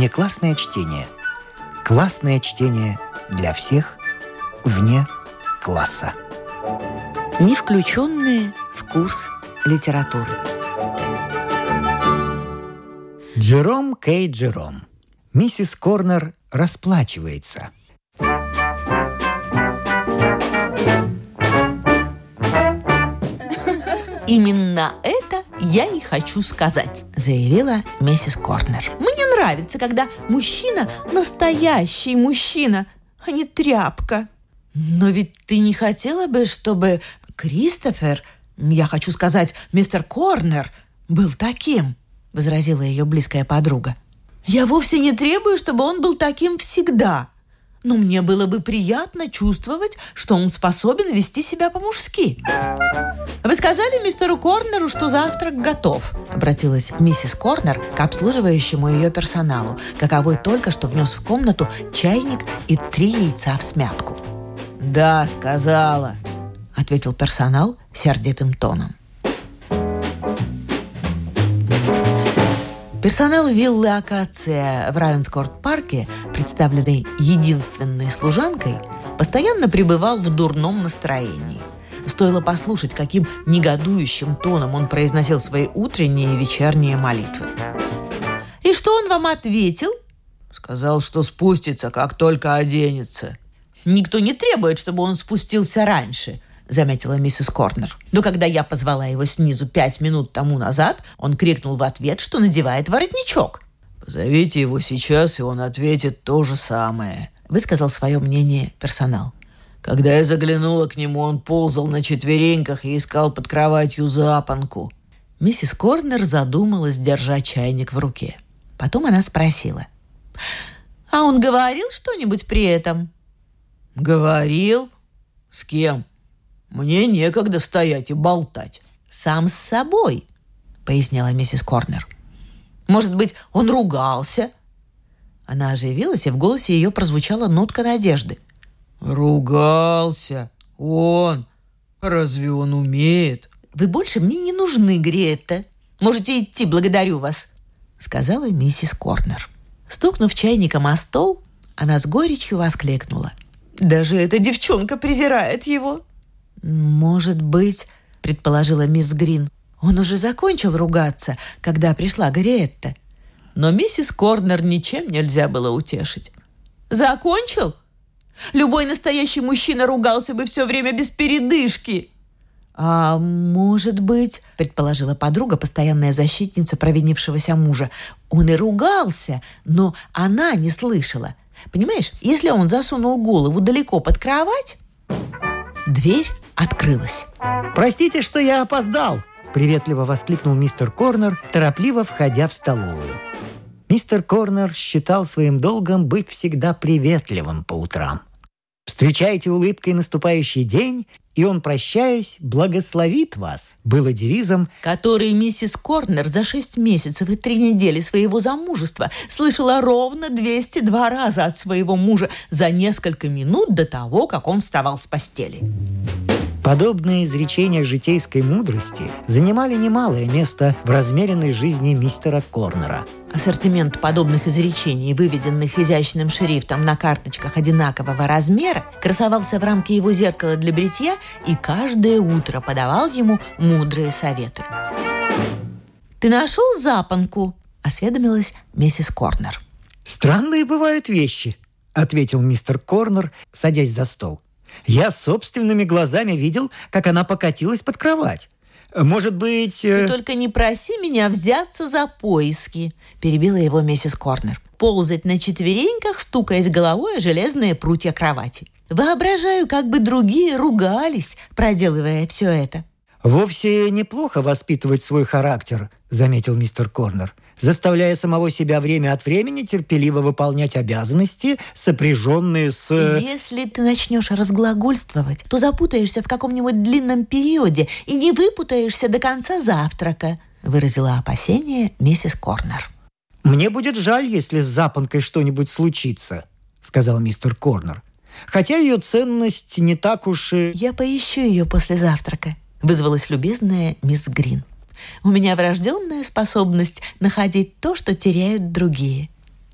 Внеклассное чтение. Классное чтение для всех вне класса. Не включенные в курс литературы. Джером Кей Джером. Миссис Корнер расплачивается. Именно это я и хочу сказать, заявила миссис Корнер. Мне нравится, когда мужчина настоящий мужчина, а не тряпка. Но ведь ты не хотела бы, чтобы Кристофер, я хочу сказать, мистер Корнер, был таким, возразила ее близкая подруга. Я вовсе не требую, чтобы он был таким всегда. Но мне было бы приятно чувствовать, что он способен вести себя по-мужски. «Вы сказали мистеру Корнеру, что завтрак готов?» Обратилась миссис Корнер к обслуживающему ее персоналу, каковой только что внес в комнату чайник и 3 яйца всмятку. «Да, сказала», — ответил персонал сердитым тоном. Персонал виллы «Акация» в Равенскорт-парке, представленный единственной служанкой, постоянно пребывал в дурном настроении. Стоило послушать, каким негодующим тоном он произносил свои утренние и вечерние молитвы. «И что он вам ответил?» «Сказал, что спустится, как только оденется». «Никто не требует, чтобы он спустился раньше», — заметила миссис Корнер. Но когда я позвала его снизу 5 минут тому назад, он крикнул в ответ, что надевает воротничок. «Позовите его сейчас, и он ответит то же самое», — высказал свое мнение персонал. «Когда я заглянула к нему, он ползал на четвереньках и искал под кроватью запонку». Миссис Корнер задумалась, держа чайник в руке. Потом она спросила: «А он говорил что-нибудь при этом?» «Говорил? С кем? Мне некогда стоять и болтать». «Сам с собой», — пояснила миссис Корнер. «Может быть, он ругался?» Она оживилась, и в голосе ее прозвучала нотка надежды. «Ругался? Он? Разве он умеет?» «Вы больше мне не нужны, Гретта. Можете идти, благодарю вас», — сказала миссис Корнер. Стукнув чайником о стол, она с горечью воскликнула: «Даже эта девчонка презирает его». «Может быть, — предположила мисс Грин, — он уже закончил ругаться, когда пришла Гретта». Но миссис Корнер ничем нельзя было утешить. «Закончил? Любой настоящий мужчина ругался бы все время без передышки». «А может быть, — предположила подруга, постоянная защитница провинившегося мужа, — он и ругался, но она не слышала. Понимаешь, если он засунул голову далеко под кровать...» Дверь открылась. «Простите, что я опоздал!» — приветливо воскликнул мистер Корнер, торопливо входя в столовую. Мистер Корнер считал своим долгом быть всегда приветливым по утрам. «Встречайте улыбкой наступающий день, и он, прощаясь, благословит вас», было девизом, который миссис Корнер за 6 месяцев и 3 недели своего замужества слышала ровно 202 раза от своего мужа за несколько минут до того, как он вставал с постели. Подобные изречения житейской мудрости занимали немалое место в размеренной жизни мистера Корнера. Ассортимент подобных изречений, выведенных изящным шрифтом на карточках одинакового размера, красовался в рамке его зеркала для бритья и каждое утро подавал ему мудрые советы. «Ты нашел запонку?» – осведомилась миссис Корнер. «Странные бывают вещи», – ответил мистер Корнер, садясь за стол. «Я собственными глазами видел, как она покатилась под кровать. Может быть...» «Ты только не проси меня взяться за поиски», – перебила его миссис Корнер. «Ползать на четвереньках, стукаясь головой о железные прутья кровати. Воображаю, как бы другие ругались, проделывая все это». «Вовсе неплохо воспитывать свой характер», – заметил мистер Корнер, заставляя самого себя время от времени терпеливо выполнять обязанности, сопряженные с... «Если ты начнешь разглагольствовать, то запутаешься в каком-нибудь длинном периоде и не выпутаешься до конца завтрака», выразила опасение миссис Корнер. «Мне будет жаль, если с запонкой что-нибудь случится», сказал мистер Корнер. «Хотя ее ценность не так уж и...» «Я поищу ее после завтрака», вызвалась любезная мисс Грин. «У меня врожденная способность находить то, что теряют другие».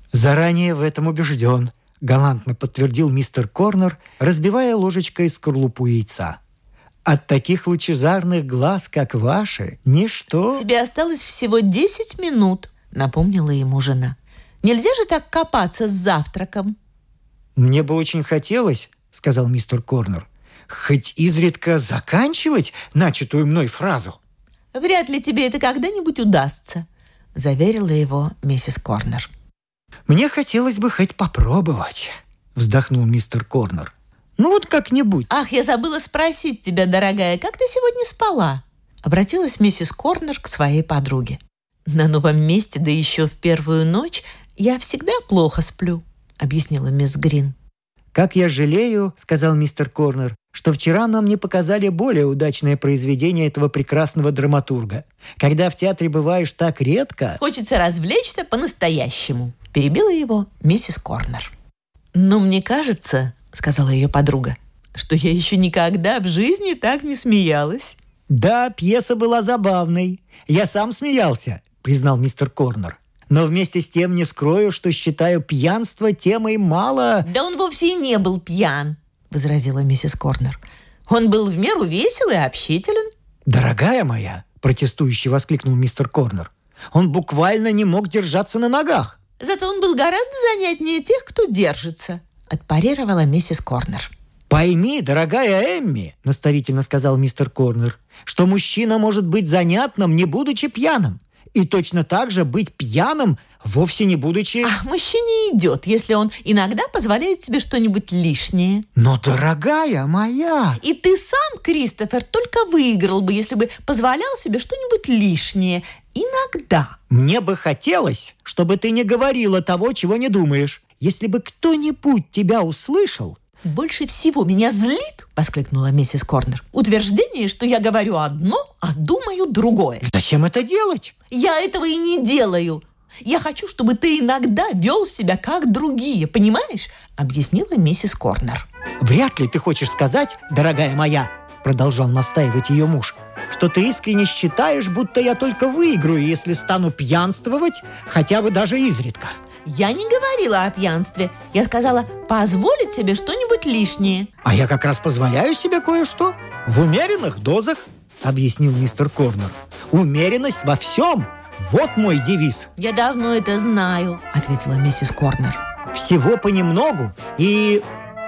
«Заранее в этом убежден», — галантно подтвердил мистер Корнер, разбивая ложечкой скорлупу яйца. «От таких лучезарных глаз, как ваши, ничто...» «Тебе осталось всего 10 минут», — напомнила ему жена. «Нельзя же так копаться с завтраком». «Мне бы очень хотелось, — сказал мистер Корнер, — хоть изредка заканчивать начатую мной фразу». «Вряд ли тебе это когда-нибудь удастся», — заверила его миссис Корнер. «Мне хотелось бы хоть попробовать», — вздохнул мистер Корнер. «Ну вот как-нибудь». «Ах, я забыла спросить тебя, дорогая, как ты сегодня спала?» Обратилась миссис Корнер к своей подруге. «На новом месте, да еще в первую ночь, я всегда плохо сплю», — объяснила мисс Грин. «Как я жалею, — сказал мистер Корнер, — что вчера нам не показали более удачное произведение этого прекрасного драматурга. Когда в театре бываешь так редко...» «Хочется развлечься по-настоящему», — перебила его миссис Корнер. «Но мне кажется, — сказала ее подруга, — что я еще никогда в жизни так не смеялась». «Да, пьеса была забавной. Я сам смеялся», — признал мистер Корнер. «Но вместе с тем не скрою, что считаю пьянство темой мало...» «Да он вовсе и не был пьян», — возразила миссис Корнер. «Он был в меру весел и общителен». «Дорогая моя!» – протестующе воскликнул мистер Корнер. «Он буквально не мог держаться на ногах». «Зато он был гораздо занятнее тех, кто держится», — отпарировала миссис Корнер. «Пойми, дорогая Эмми, – наставительно сказал мистер Корнер, – что мужчина может быть занятным, не будучи пьяным. И точно так же быть пьяным, вовсе не будучи...» «А мужчине идет, если он иногда позволяет себе что-нибудь лишнее». «Но, дорогая моя...» «И ты сам, Кристофер, только выиграл бы, если бы позволял себе что-нибудь лишнее. Иногда». «Мне бы хотелось, чтобы ты не говорила того, чего не думаешь. Если бы кто-нибудь тебя услышал...» «Больше всего меня злит, — воскликнула миссис Корнер, — утверждение, что я говорю одно, а думаю другое». «Зачем это делать?» «Я этого и не делаю. Я хочу, чтобы ты иногда вел себя как другие, понимаешь?» — объяснила миссис Корнер. «Вряд ли ты хочешь сказать, дорогая моя, — продолжал настаивать ее муж, — что ты искренне считаешь, будто я только выиграю, если стану пьянствовать, хотя бы даже изредка». «Я не говорила о пьянстве. Я сказала, позволить себе что-нибудь лишнее». «А я как раз позволяю себе кое-что. В умеренных дозах», — объяснил мистер Корнер. «Умеренность во всем. Вот мой девиз». «Я давно это знаю», — ответила миссис Корнер. «Всего понемногу и...»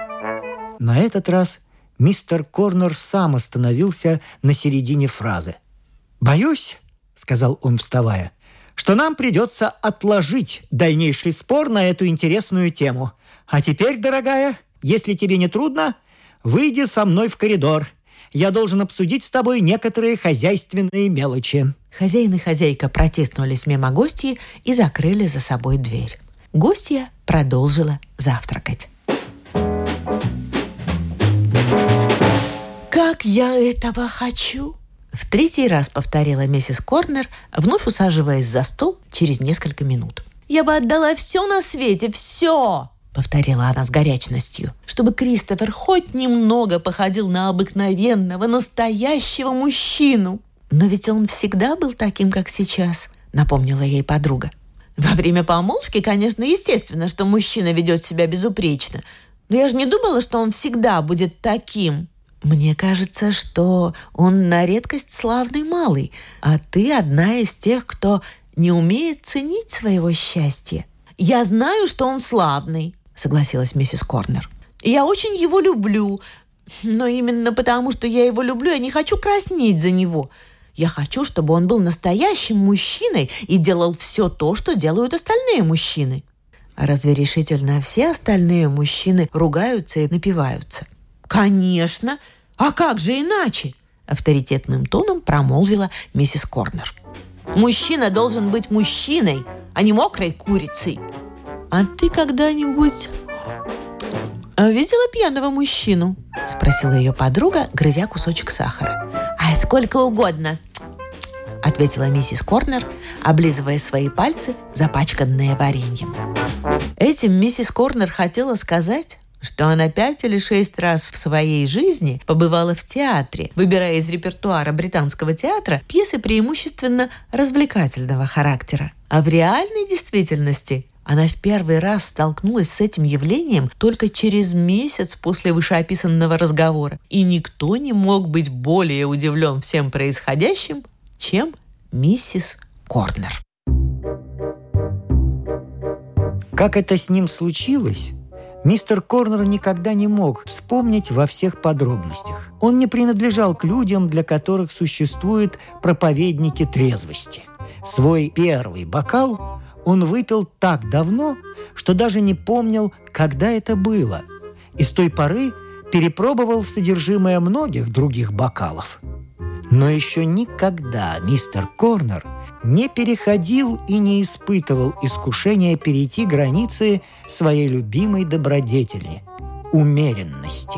На этот раз мистер Корнер сам остановился на середине фразы. «Боюсь, — сказал он, вставая, — что нам придется отложить дальнейший спор на эту интересную тему. А теперь, дорогая, если тебе не трудно, выйди со мной в коридор. Я должен обсудить с тобой некоторые хозяйственные мелочи». Хозяин и хозяйка протиснулись мимо гостьи и закрыли за собой дверь. Гостья продолжила завтракать. «Как я этого хочу!» В третий раз повторила миссис Корнер, вновь усаживаясь за стол через несколько минут. «Я бы отдала все на свете, все!» — повторила она с горячностью, чтобы Кристофер хоть немного походил на обыкновенного, настоящего мужчину. «Но ведь он всегда был таким, как сейчас», — напомнила ей подруга. «Во время помолвки, конечно, естественно, что мужчина ведет себя безупречно. Но я же не думала, что он всегда будет таким. Мне кажется, что он на редкость славный малый, а ты одна из тех, кто не умеет ценить своего счастья». «Я знаю, что он славный», — согласилась миссис Корнер. «Я очень его люблю, но именно потому, что я его люблю, я не хочу краснеть за него. Я хочу, чтобы он был настоящим мужчиной и делал все то, что делают остальные мужчины». «А разве решительно все остальные мужчины ругаются и напиваются?» «Конечно! А как же иначе?» — авторитетным тоном промолвила миссис Корнер. «Мужчина должен быть мужчиной, а не мокрой курицей». «А ты когда-нибудь видела пьяного мужчину?» — спросила ее подруга, грызя кусочек сахара. «Ай, сколько угодно!» — ответила миссис Корнер, облизывая свои пальцы, запачканные вареньем. Этим миссис Корнер хотела сказать, что она 5 или 6 раз в своей жизни побывала в театре, выбирая из репертуара британского театра пьесы преимущественно развлекательного характера. А в реальной действительности Она в первый раз столкнулась с этим явлением только через месяц после вышеописанного разговора, и никто не мог быть более удивлен всем происходящим, чем миссис Корнер. Как это с ним случилось, мистер Корнер никогда не мог вспомнить во всех подробностях. Он не принадлежал к людям, для которых существуют проповедники трезвости. Свой первый бокал он выпил так давно, что даже не помнил, когда это было, и с той поры перепробовал содержимое многих других бокалов. Но еще никогда мистер Корнер не переходил и не испытывал искушения перейти границы своей любимой добродетели – умеренности.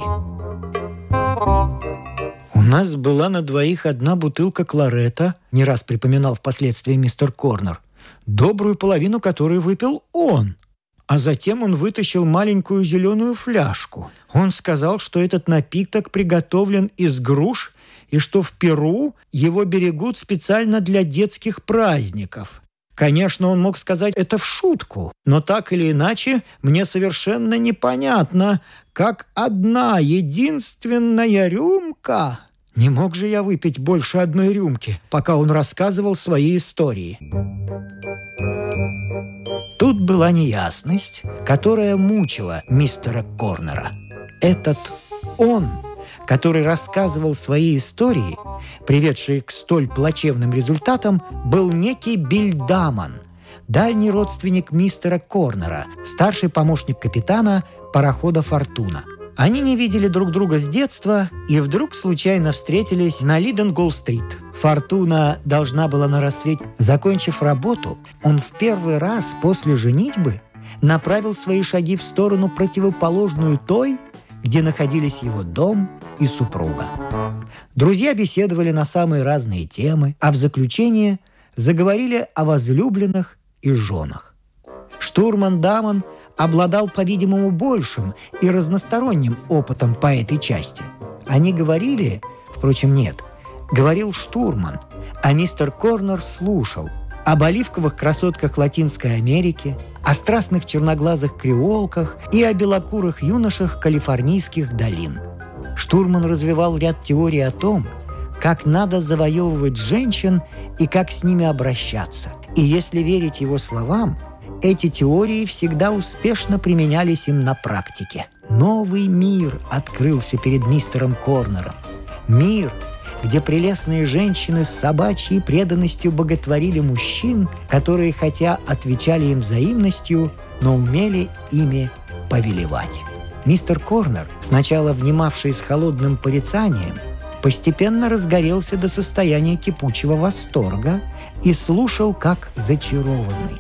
«У нас была на двоих одна бутылка кларета», – не раз припоминал впоследствии мистер Корнер, добрую половину которой выпил он. А затем он вытащил маленькую зеленую фляжку. Он сказал, что этот напиток приготовлен из груш и что в Перу его берегут специально для детских праздников. Конечно, он мог сказать это в шутку, но так или иначе мне совершенно непонятно, как одна единственная рюмка. Не мог же я выпить больше одной рюмки, пока он рассказывал свои истории. Тут была неясность, которая мучила мистера Корнера. Этот он, который рассказывал свои истории, приведшие к столь плачевным результатам, был некий Билл Даман, дальний родственник мистера Корнера, старший помощник капитана парохода «Фортуна». Они не видели друг друга с детства и вдруг случайно встретились на Лиденгол-стрит. «Фортуна» должна была на рассвете. Закончив работу, он в первый раз после женитьбы направил свои шаги в сторону, противоположную той, где находились его дом и супруга. Друзья беседовали на самые разные темы, а в заключение заговорили о возлюбленных и женах. Штурман Даман обладал, по-видимому, большим и разносторонним опытом по этой части. Они говорили, впрочем, нет, говорил штурман, а мистер Корнер слушал об оливковых красотках Латинской Америки, о страстных черноглазых креолках и о белокурых юношах калифорнийских долин. Штурман развивал ряд теорий о том, как надо завоевывать женщин и как с ними обращаться. И если верить его словам, эти теории всегда успешно применялись им на практике. Новый мир открылся перед мистером Корнером. Мир, где прелестные женщины с собачьей преданностью боготворили мужчин, которые хотя отвечали им взаимностью, но умели ими повелевать. Мистер Корнер, сначала внимавший с холодным порицанием, постепенно разгорелся до состояния кипучего восторга и слушал как зачарованный.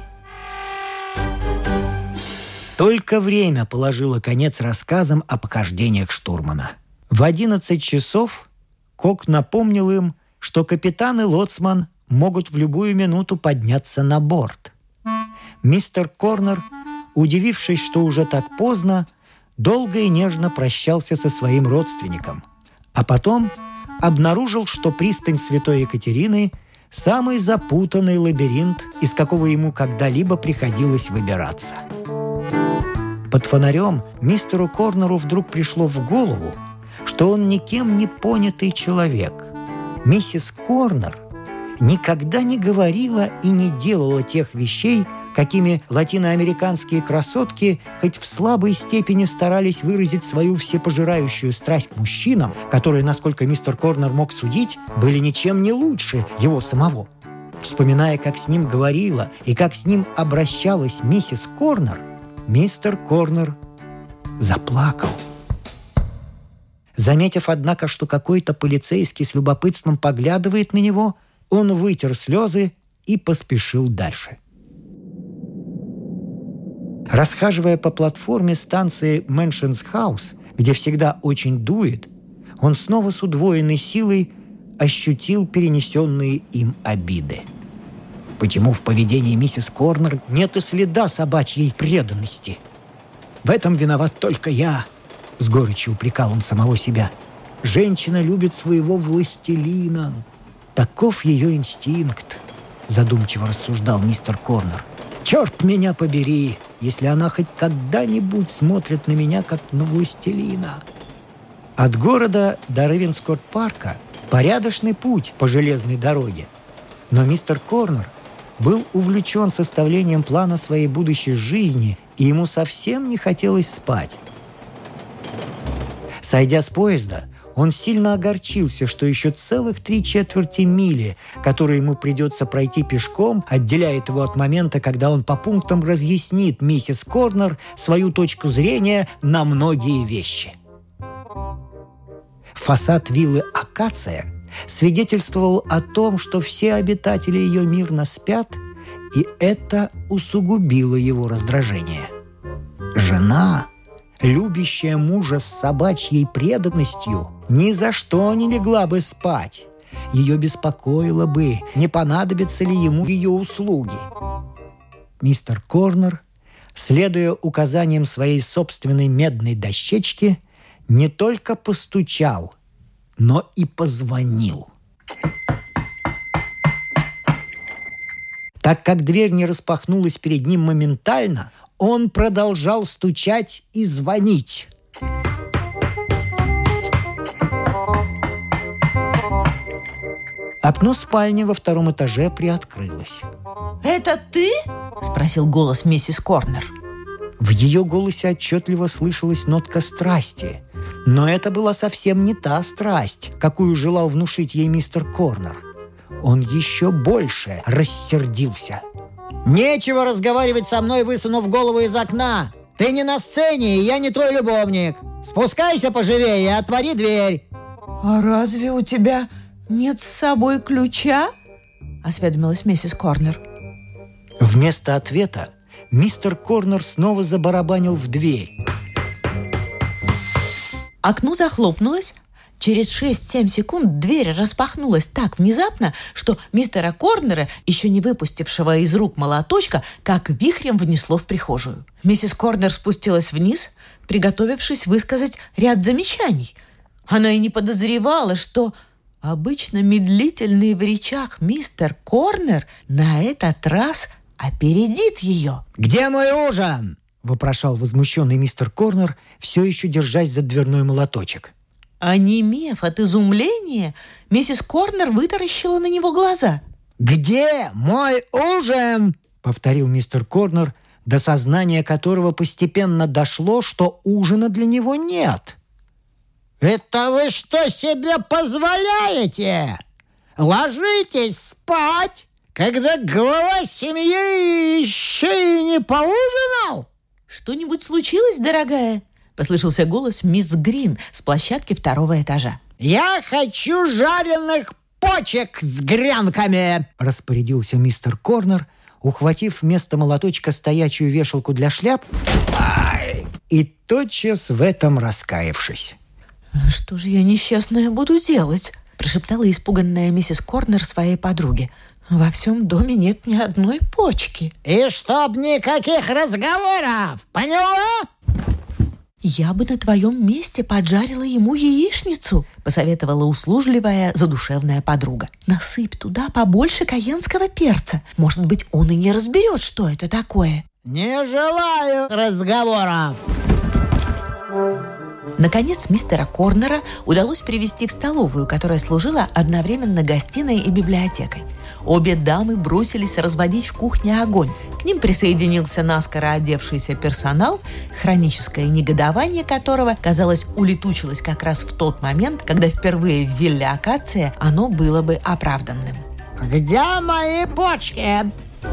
Только время положило конец рассказам о похождениях штурмана. В 11 часов Кок напомнил им, что капитан и лоцман могут в любую минуту подняться на борт. Мистер Корнер, удивившись, что уже так поздно, долго и нежно прощался со своим родственником, а потом обнаружил, что пристань Святой Екатерины – самый запутанный лабиринт, из какого ему когда-либо приходилось выбираться. Под фонарем мистеру Корнеру вдруг пришло в голову, что он никем не понятый человек. Миссис Корнер никогда не говорила и не делала тех вещей, какими латиноамериканские красотки хоть в слабой степени старались выразить свою всепожирающую страсть к мужчинам, которые, насколько мистер Корнер мог судить, были ничем не лучше его самого. Вспоминая, как с ним говорила и как с ним обращалась миссис Корнер, мистер Корнер заплакал. Заметив, однако, что какой-то полицейский с любопытством поглядывает на него, он вытер слезы и поспешил дальше. Расхаживая по платформе станции Мэншенс Хаус, где всегда очень дует, он снова с удвоенной силой ощутил перенесенные им обиды. Почему в поведении миссис Корнер нет и следа собачьей преданности? В этом виноват только я, с горечью упрекал он самого себя. Женщина любит своего властелина. Таков ее инстинкт, задумчиво рассуждал мистер Корнер. Черт меня побери, если она хоть когда-нибудь смотрит на меня, как на властелина. От города до Рейвенскорт-парка порядочный путь по железной дороге. Но мистер Корнер был увлечен составлением плана своей будущей жизни, и ему совсем не хотелось спать. Сойдя с поезда, он сильно огорчился, что еще целых 3/4 мили, которые ему придется пройти пешком, отделяет его от момента, когда он по пунктам разъяснит миссис Корнер свою точку зрения на многие вещи. Фасад виллы «Акация» свидетельствовал о том, что все обитатели ее мирно спят, и это усугубило его раздражение. Жена, любящая мужа с собачьей преданностью, ни за что не легла бы спать. Ее беспокоило бы, не понадобятся ли ему ее услуги. Мистер Корнер, следуя указаниям своей собственной медной дощечки, не только постучал, но и позвонил. Так как дверь не распахнулась перед ним моментально, он продолжал стучать и звонить. Окно спальни во 2-м этаже приоткрылось. «Это ты?» – спросил голос миссис Корнер. В ее голосе отчетливо слышалась нотка страсти. Но это была совсем не та страсть, какую желал внушить ей мистер Корнер. Он еще больше рассердился. «Нечего разговаривать со мной, высунув голову из окна! Ты не на сцене, и я не твой любовник! Спускайся поживее и отвори дверь!» «А разве у тебя нет с собой ключа?» – осведомилась миссис Корнер. Вместо ответа мистер Корнер снова забарабанил в дверь. Окно захлопнулось. Через 6-7 секунд дверь распахнулась так внезапно, что мистера Корнера, еще не выпустившего из рук молоточка, как вихрем внесло в прихожую. Миссис Корнер спустилась вниз, приготовившись высказать ряд замечаний. Она и не подозревала, что обычно медлительный в речах мистер Корнер на этот раз опередит ее. «Где мой ужин?» – вопрошал возмущенный мистер Корнер, все еще держась за дверной молоточек. Онемев от изумления, миссис Корнер вытаращила на него глаза. «Где мой ужин?» – повторил мистер Корнер, до сознания которого постепенно дошло, что ужина для него нет. «Это вы что себе позволяете? Ложитесь спать, когда глава семьи еще и не поужинал?» «Что-нибудь случилось, дорогая?» – послышался голос мисс Грин с площадки 2-го этажа. «Я хочу жареных почек с гренками!» – распорядился мистер Корнер, ухватив вместо молоточка стоячую вешалку для шляп и тотчас в этом раскаявшись. «Что же я несчастная буду делать?» – прошептала испуганная миссис Корнер своей подруге. «Во всем доме нет ни одной почки». «И чтоб никаких разговоров, поняла?» «Я бы на твоем месте поджарила ему яичницу», – посоветовала услужливая задушевная подруга. «Насыпь туда побольше кайенского перца. Может быть, он и не разберет, что это такое». «Не желаю разговоров». Наконец, мистера Корнера удалось привести в столовую, которая служила одновременно гостиной и библиотекой. Обе дамы бросились разводить в кухне огонь. К ним присоединился наскоро одевшийся персонал, хроническое негодование которого, казалось, улетучилось как раз в тот момент, когда впервые в вилле Акация оно было бы оправданным. «Где мои почки?»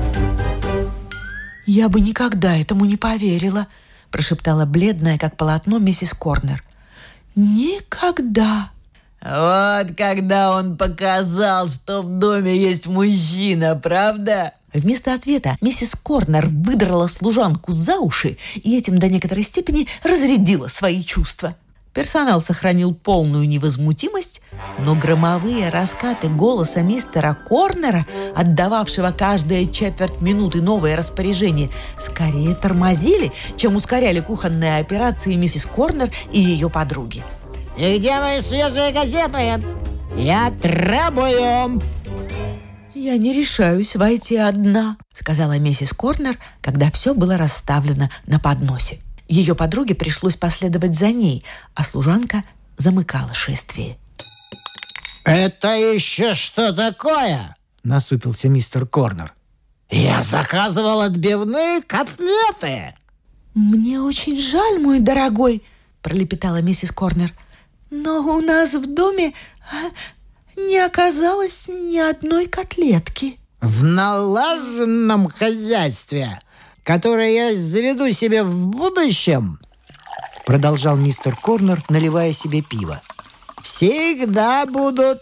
«Я бы никогда этому не поверила», – прошептала бледная, как полотно, миссис Корнер. «Никогда». «Вот когда он показал, что в доме есть мужчина, правда?» Вместо ответа миссис Корнер выдрала служанку за уши и этим до некоторой степени разрядила свои чувства. Персонал сохранил полную невозмутимость, но громовые раскаты голоса мистера Корнера, отдававшего каждые 1/4 минуты новые распоряжения, скорее тормозили, чем ускоряли кухонные операции миссис Корнер и ее подруги. «И где мои свежие газеты? Я требую!» «Я не решаюсь войти одна», — сказала миссис Корнер, когда все было расставлено на подносе. Ее подруге пришлось последовать за ней, а служанка замыкала шествие. «Это еще что такое?» — насупился мистер Корнер. «Я заказывал отбивные котлеты!» «Мне очень жаль, мой дорогой», — пролепетала миссис Корнер, «но у нас в доме не оказалось ни одной котлетки». «В налаженном хозяйстве, которое я заведу себе в будущем», — продолжал мистер Корнер, наливая себе пиво, «всегда будут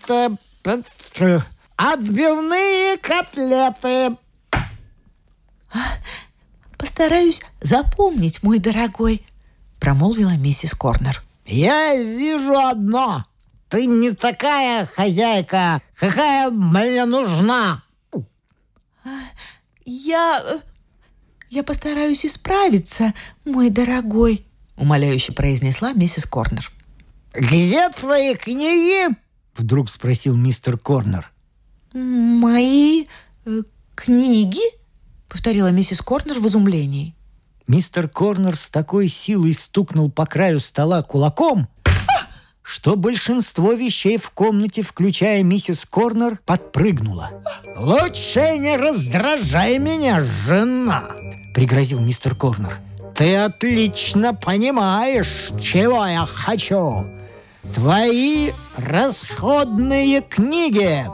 отбивные котлеты». «Постараюсь запомнить, мой дорогой», — промолвила миссис Корнер. «Я вижу одно. Ты не такая хозяйка, какая мне нужна». Я постараюсь исправиться, мой дорогой», — умоляюще произнесла миссис Корнер. «Где твои книги?» — вдруг спросил мистер Корнер. «Мои книги?» — повторила миссис Корнер в изумлении. Мистер Корнер с такой силой стукнул по краю стола кулаком, что большинство вещей в комнате, включая миссис Корнер, подпрыгнуло. «Лучше не раздражай меня, жена!» — пригрозил мистер Корнер. «Ты отлично понимаешь, чего я хочу. Твои расходные книги!»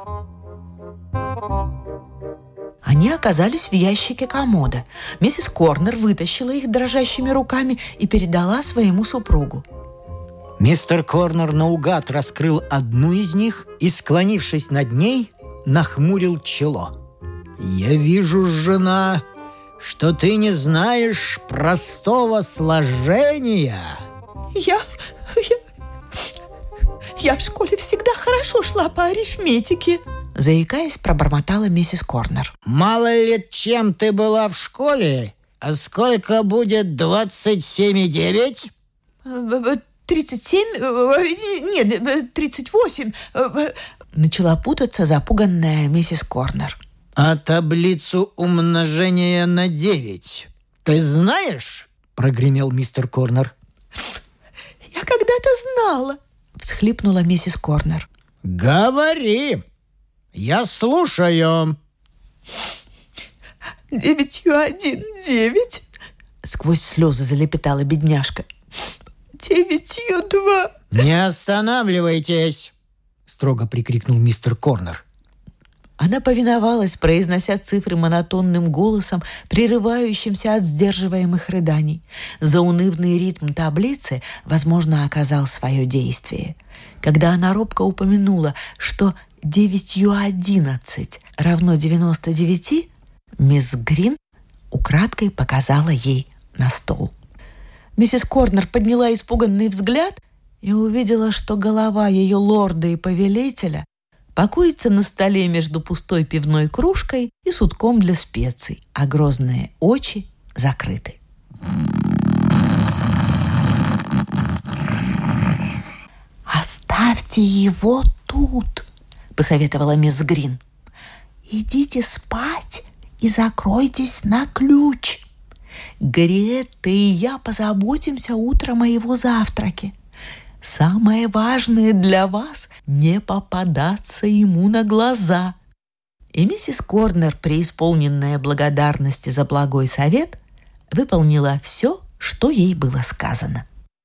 Они оказались в ящике комода. Миссис Корнер вытащила их дрожащими руками и передала своему супругу. Мистер Корнер наугад раскрыл одну из них и, склонившись над ней, нахмурил чело. «Я вижу, жена, что ты не знаешь простого сложения». Я в школе всегда хорошо шла по арифметике», — заикаясь, пробормотала миссис Корнер. «Мало ли чем ты была в школе? А сколько будет 27,9?» 37? Нет, 38. Начала путаться запуганная миссис Корнер. «А таблицу умножения на 9 ты знаешь?» — прогремел мистер Корнер. «Я когда-то знала», — всхлипнула миссис Корнер. «Говори, я слушаю». 9,1,9. Сквозь слезы залепетала бедняжка. 9,2. «Не останавливайтесь!» — строго прикрикнул мистер Корнер. Она повиновалась, произнося цифры монотонным голосом, прерывающимся от сдерживаемых рыданий. Заунывный ритм таблицы, возможно, оказал свое действие. Когда она робко упомянула, что 9,11 равно 99, мисс Грин украдкой показала ей на стол. Миссис Корнер подняла испуганный взгляд и увидела, что голова ее лорда и повелителя покоится на столе между пустой пивной кружкой и сутком для специй, а грозные очи закрыты. «Оставьте его тут», — посоветовала мисс Грин. «Идите спать и закройтесь на ключ. Гретта и я позаботимся утром о его завтраке. Самое важное для вас — не попадаться ему на глаза». И миссис Корнер, преисполненная благодарности за благой совет, выполнила все, что ей было сказано.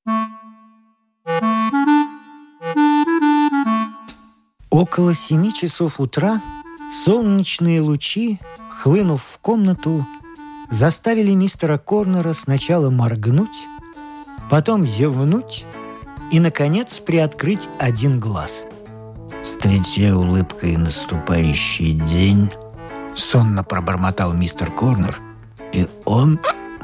Около 7 часов утра солнечные лучи, хлынув в комнату, заставили мистера Корнера сначала моргнуть, потом зевнуть и, наконец, приоткрыть один глаз. «Встречая улыбкой наступающий день», — сонно пробормотал мистер Корнер, и он...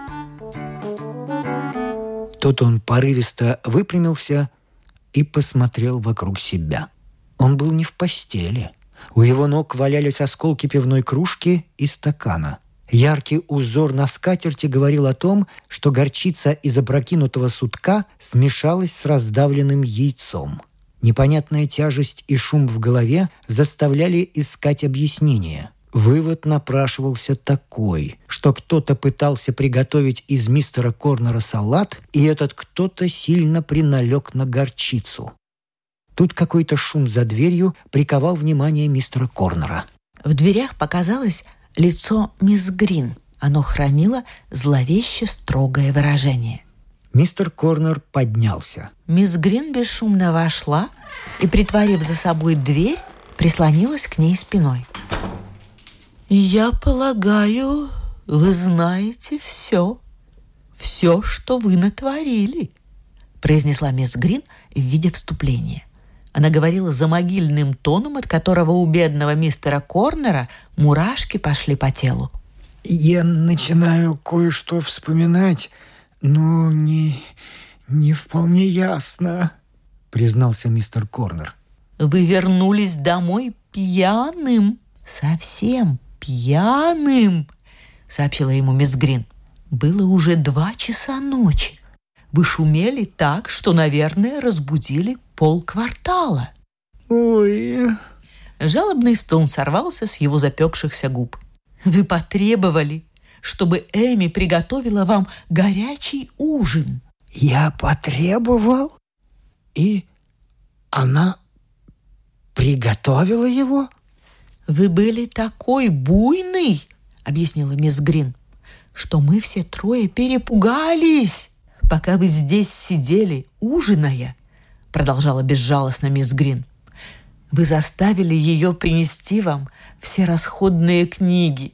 Тут он порывисто выпрямился и посмотрел вокруг себя. Он был не в постели. У его ног валялись осколки пивной кружки и стакана. Яркий узор на скатерти говорил о том, что горчица из опрокинутого сутка смешалась с раздавленным яйцом. Непонятная тяжесть и шум в голове заставляли искать объяснение. Вывод напрашивался такой, что кто-то пытался приготовить из мистера Корнера салат, и этот кто-то сильно приналег на горчицу. Тут какой-то шум за дверью приковал внимание мистера Корнера. В дверях показалось лицо мисс Грин. Оно хранило зловеще строгое выражение. Мистер Корнер поднялся. Мисс Грин бесшумно вошла и, притворив за собой дверь, прислонилась к ней спиной. «Я полагаю, вы знаете все, что вы натворили», произнесла мисс Грин в виде вступления. Она говорила замогильным тоном, от которого у бедного мистера Корнера мурашки пошли по телу. «Я начинаю кое-что вспоминать, но не вполне ясно», признался мистер Корнер. «Вы вернулись домой пьяным, совсем пьяным», сообщила ему мисс Грин. «Было уже 2 часа ночи. Вы шумели так, что, наверное, разбудили полквартала». «Ой...» Жалобный стон сорвался с его запекшихся губ. «Вы потребовали, чтобы Эми приготовила вам горячий ужин». «Я потребовал? И она приготовила его?» «Вы были такой буйный, — объяснила мисс Грин, — что мы все 3 перепугались, пока вы здесь сидели, ужиная, — продолжала безжалостно мисс Грин. Вы заставили ее принести вам все расходные книги».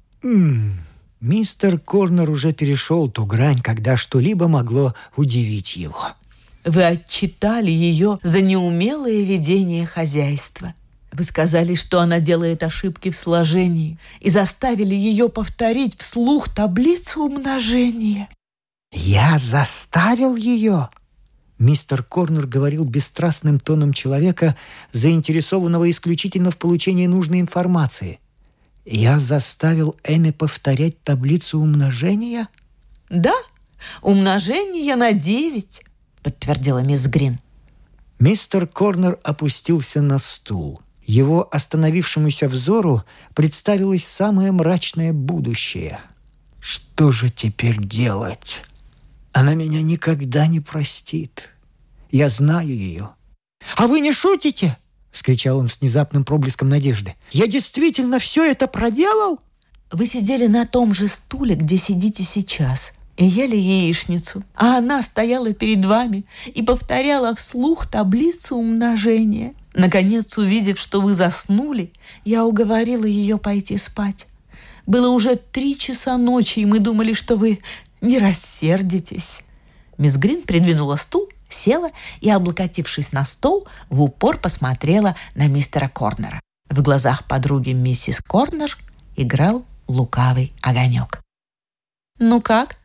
Мистер Корнер уже перешел ту грань, когда что-либо могло удивить его. «Вы отчитали ее за неумелое ведение хозяйства. Вы сказали, что она делает ошибки в сложении, и заставили ее повторить вслух таблицу умножения». «Я заставил ее?» Мистер Корнер говорил бесстрастным тоном человека, заинтересованного исключительно в получении нужной информации. «Я заставил Эми повторять таблицу умножения?» «Да, умножение на 9, подтвердила мисс Грин. Мистер Корнер опустился на стул. Его остановившемуся взору представилось самое мрачное будущее. «Что же теперь делать? Она меня никогда не простит. Я знаю ее». «А вы не шутите?» — вскричал он с внезапным проблеском надежды. «Я действительно все это проделал?» «Вы сидели на том же стуле, где сидите сейчас, и ели яичницу, а она стояла перед вами и повторяла вслух таблицу умножения. Наконец, увидев, что вы заснули, я уговорила ее пойти спать. Было уже 3 часа ночи, и мы думали, что вы не рассердитесь». Мисс Грин придвинула стул, села и, облокотившись на стол, в упор посмотрела на мистера Корнера. В глазах подруги миссис Корнер играл лукавый огонек. «Ну как?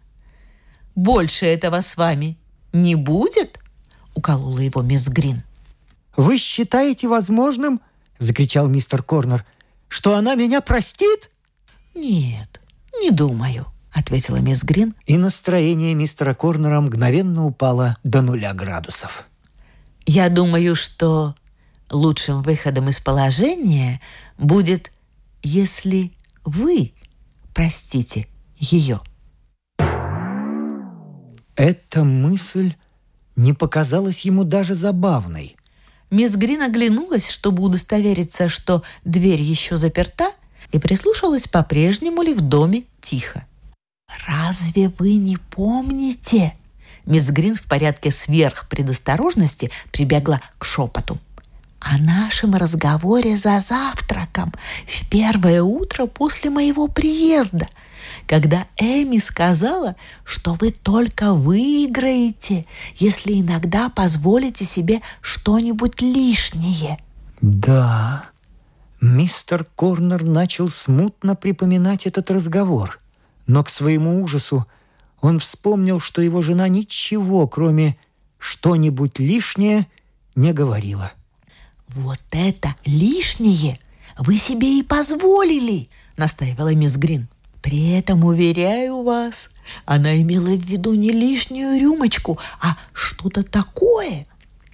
Больше этого с вами не будет?» — уколола его мисс Грин. «Вы считаете возможным, — закричал мистер Корнер, — что она меня простит?» «Нет, не думаю», — ответила мисс Грин. И настроение мистера Корнера мгновенно упало до 0 градусов. «Я думаю, что лучшим выходом из положения будет, если вы простите ее». Эта мысль не показалась ему даже забавной. Мисс Грин оглянулась, чтобы удостовериться, что дверь еще заперта, и прислушалась, по-прежнему ли в доме тихо. «Разве вы не помните?» Мисс Грин в порядке сверхпредосторожности прибегла к шепоту. «О нашем разговоре за завтраком в первое утро после моего приезда, когда Эми сказала, что вы только выиграете, если иногда позволите себе что-нибудь лишнее». Да, мистер Корнер начал смутно припоминать этот разговор, но к своему ужасу он вспомнил, что его жена ничего, кроме «что-нибудь лишнее», не говорила. «Вот это лишнее вы себе и позволили», — настаивала мисс Грин. «При этом, уверяю вас, она имела в виду не лишнюю рюмочку, а что-то такое,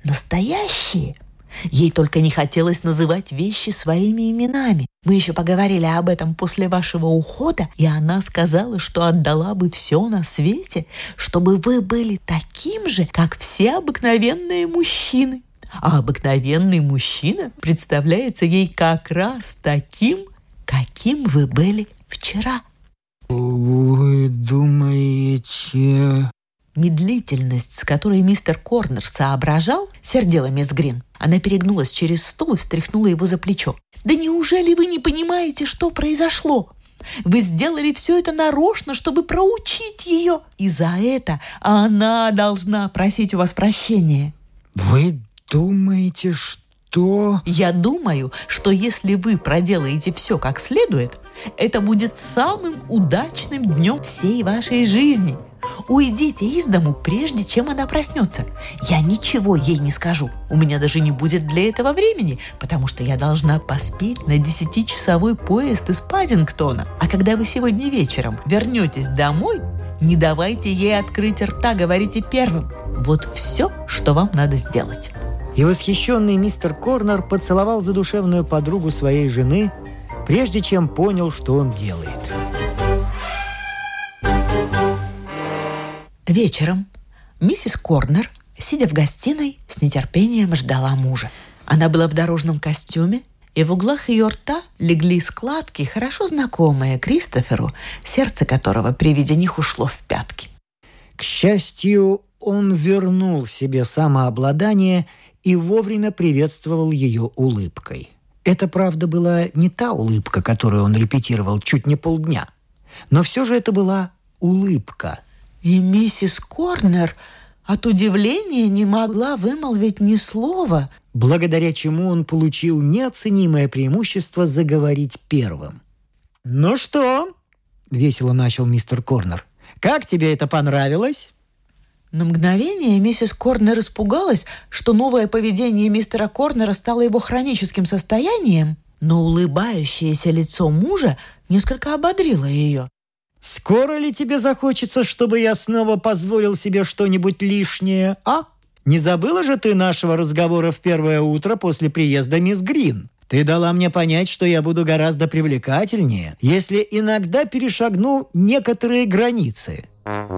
настоящие. Ей только не хотелось называть вещи своими именами. Мы еще поговорили об этом после вашего ухода, и она сказала, что отдала бы все на свете, чтобы вы были таким же, как все обыкновенные мужчины. А обыкновенный мужчина представляется ей как раз таким, каким вы были вчера. Вы думаете... Медлительность, с которой мистер Корнер соображал, сердила мисс Грин. Она перегнулась через стул и встряхнула его за плечо. «Да неужели вы не понимаете, что произошло? Вы сделали все это нарочно, чтобы проучить ее. И за это она должна просить у вас прощения». Вы думаете, что... Я думаю, что если вы проделаете все как следует, это будет самым удачным днем всей вашей жизни. Уйдите из дому, прежде чем она проснется. Я ничего ей не скажу. У меня даже не будет для этого времени, потому что я должна поспеть на 10-часовой поезд из Паддингтона. А когда вы сегодня вечером вернетесь домой, не давайте ей открыть рта, говорите первым. Вот все, что вам надо сделать. И восхищенный мистер Корнер поцеловал задушевную подругу своей жены, прежде чем понял, что он делает. Вечером миссис Корнер, сидя в гостиной, с нетерпением ждала мужа. Она была в дорожном костюме, и в углах ее рта легли складки, хорошо знакомые Кристоферу, сердце которого при виде них ушло в пятки. К счастью, он вернул себе самообладание и вовремя приветствовал ее улыбкой. Это, правда, была не та улыбка, которую он репетировал чуть не полдня, но все же это была улыбка. И миссис Корнер от удивления не могла вымолвить ни слова, благодаря чему он получил неоценимое преимущество заговорить первым. «Ну что?» — весело начал мистер Корнер. «Как тебе это понравилось?» На мгновение миссис Корнер испугалась, что новое поведение мистера Корнера стало его хроническим состоянием, но улыбающееся лицо мужа несколько ободрило ее. «Скоро ли тебе захочется, чтобы я снова позволил себе что-нибудь лишнее, а? Не забыла же ты нашего разговора в первое утро после приезда мисс Грин? Ты дала мне понять, что я буду гораздо привлекательнее, если иногда перешагну некоторые границы».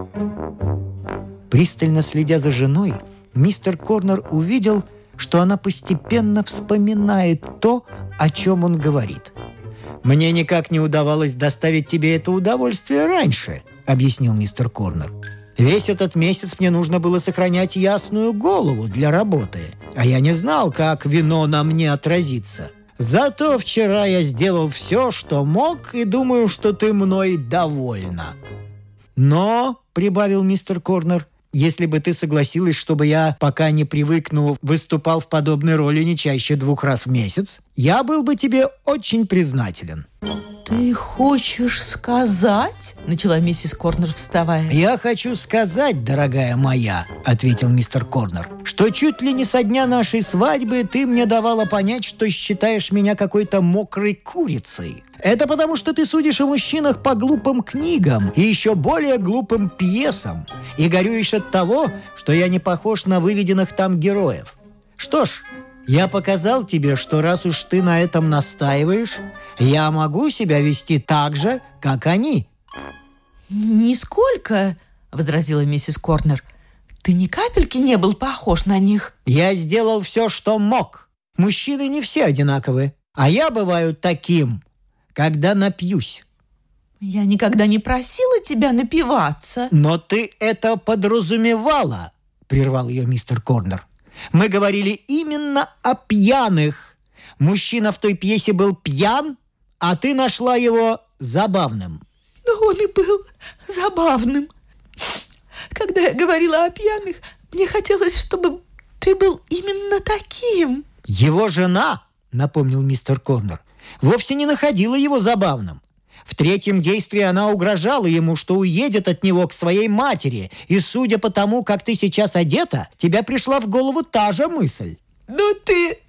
Пристально следя за женой, мистер Корнер увидел, что она постепенно вспоминает то, о чем он говорит. «Мне никак не удавалось доставить тебе это удовольствие раньше», — объяснил мистер Корнер. «Весь этот месяц мне нужно было сохранять ясную голову для работы, а я не знал, как вино на мне отразится. Зато вчера я сделал все, что мог, и думаю, что ты мной довольна». «Но», — прибавил мистер Корнер, «если бы ты согласилась, чтобы я, пока не привыкну, выступал в подобной роли не чаще 2 раз в месяц, я был бы тебе очень признателен». «Ты хочешь сказать?» – начала миссис Корнер, вставая. «Я хочу сказать, дорогая моя», – ответил мистер Корнер, «что чуть ли не со дня нашей свадьбы ты мне давала понять, что считаешь меня какой-то мокрой курицей. Это потому, что ты судишь о мужчинах по глупым книгам и еще более глупым пьесам, и горюешь от того, что я не похож на выведенных там героев. Что ж, я показал тебе, что раз уж ты на этом настаиваешь, я могу себя вести так же, как они». «Нисколько», — возразила миссис Корнер. «Ты ни капельки не был похож на них». «Я сделал все, что мог. Мужчины не все одинаковы, а я бываю таким, когда напьюсь». «Я никогда не просила тебя напиваться». «Но ты это подразумевала», — прервал ее мистер Корнер. «Мы говорили именно о пьяных. Мужчина в той пьесе был пьян, а ты нашла его забавным». «Но он и был забавным. Когда я говорила о пьяных, мне хотелось, чтобы ты был именно таким». «Его жена, — напомнил мистер Корнер, — вовсе не находила его забавным. В третьем действии она угрожала ему, что уедет от него к своей матери, и, судя по тому, как ты сейчас одета, тебе пришла в голову та же мысль». «Но ты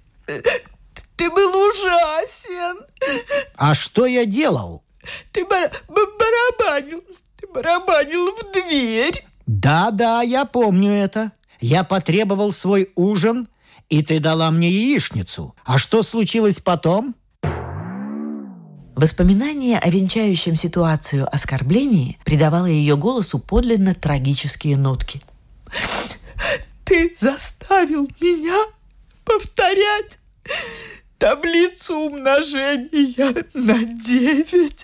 был ужасен». «А что я делал?» «Ты барабанил в дверь». «Да, я помню это. Я потребовал свой ужин, и ты дала мне яичницу. А что случилось потом?» Воспоминание о венчающем ситуацию оскорблении придавало ее голосу подлинно трагические нотки. «Ты заставил меня повторять таблицу умножения на 9.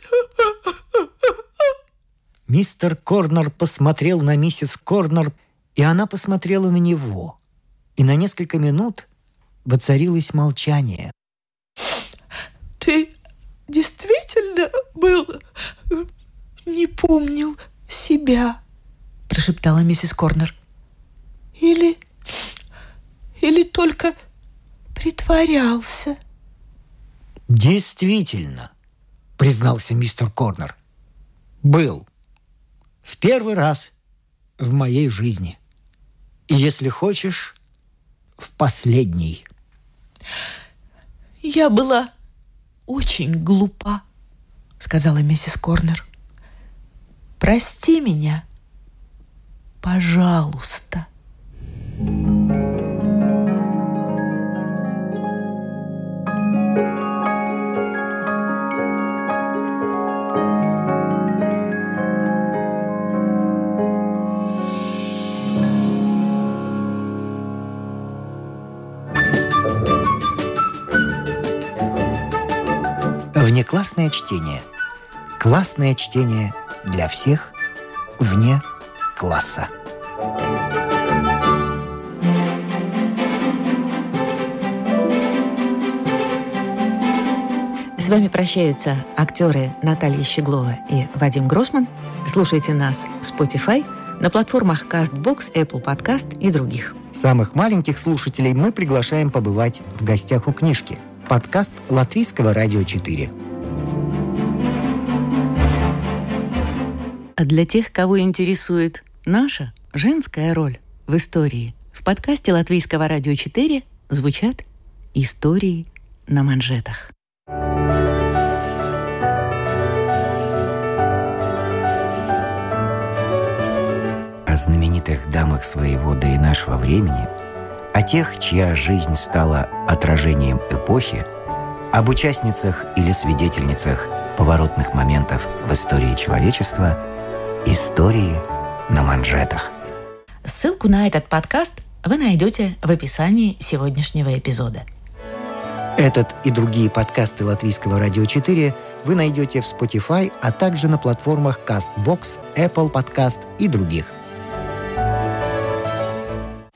Мистер Корнер посмотрел на миссис Корнер, и она посмотрела на него. И на несколько минут воцарилось молчание. «Ты действительно не помнил себя?» – прошептала миссис Корнер. Или только притворялся?» «Действительно», — признался мистер Корнер, — «был. В первый раз в моей жизни. И, если хочешь, в последний». «Я была очень глупа», — сказала миссис Корнер. «Прости меня, пожалуйста». Внеклассное чтение. Классное чтение для всех вне класса. С вами прощаются актеры Наталья Щеглова и Вадим Гроссман. Слушайте нас в Spotify, на платформах CastBox, Apple Podcast и других. Самых маленьких слушателей мы приглашаем побывать в гостях у книжки. Подкаст Латвийского радио 4. А для тех, кого интересует наша женская роль в истории, в подкасте Латвийского радио 4 звучат истории на манжетах. О знаменитых дамах своего да и нашего времени, о тех, чья жизнь стала отражением эпохи, об участницах или свидетельницах поворотных моментов в истории человечества, истории на манжетах. Ссылку на этот подкаст вы найдете в описании сегодняшнего эпизода. Этот и другие подкасты Латвийского радио 4 вы найдете в Spotify, а также на платформах CastBox, Apple Podcast и других.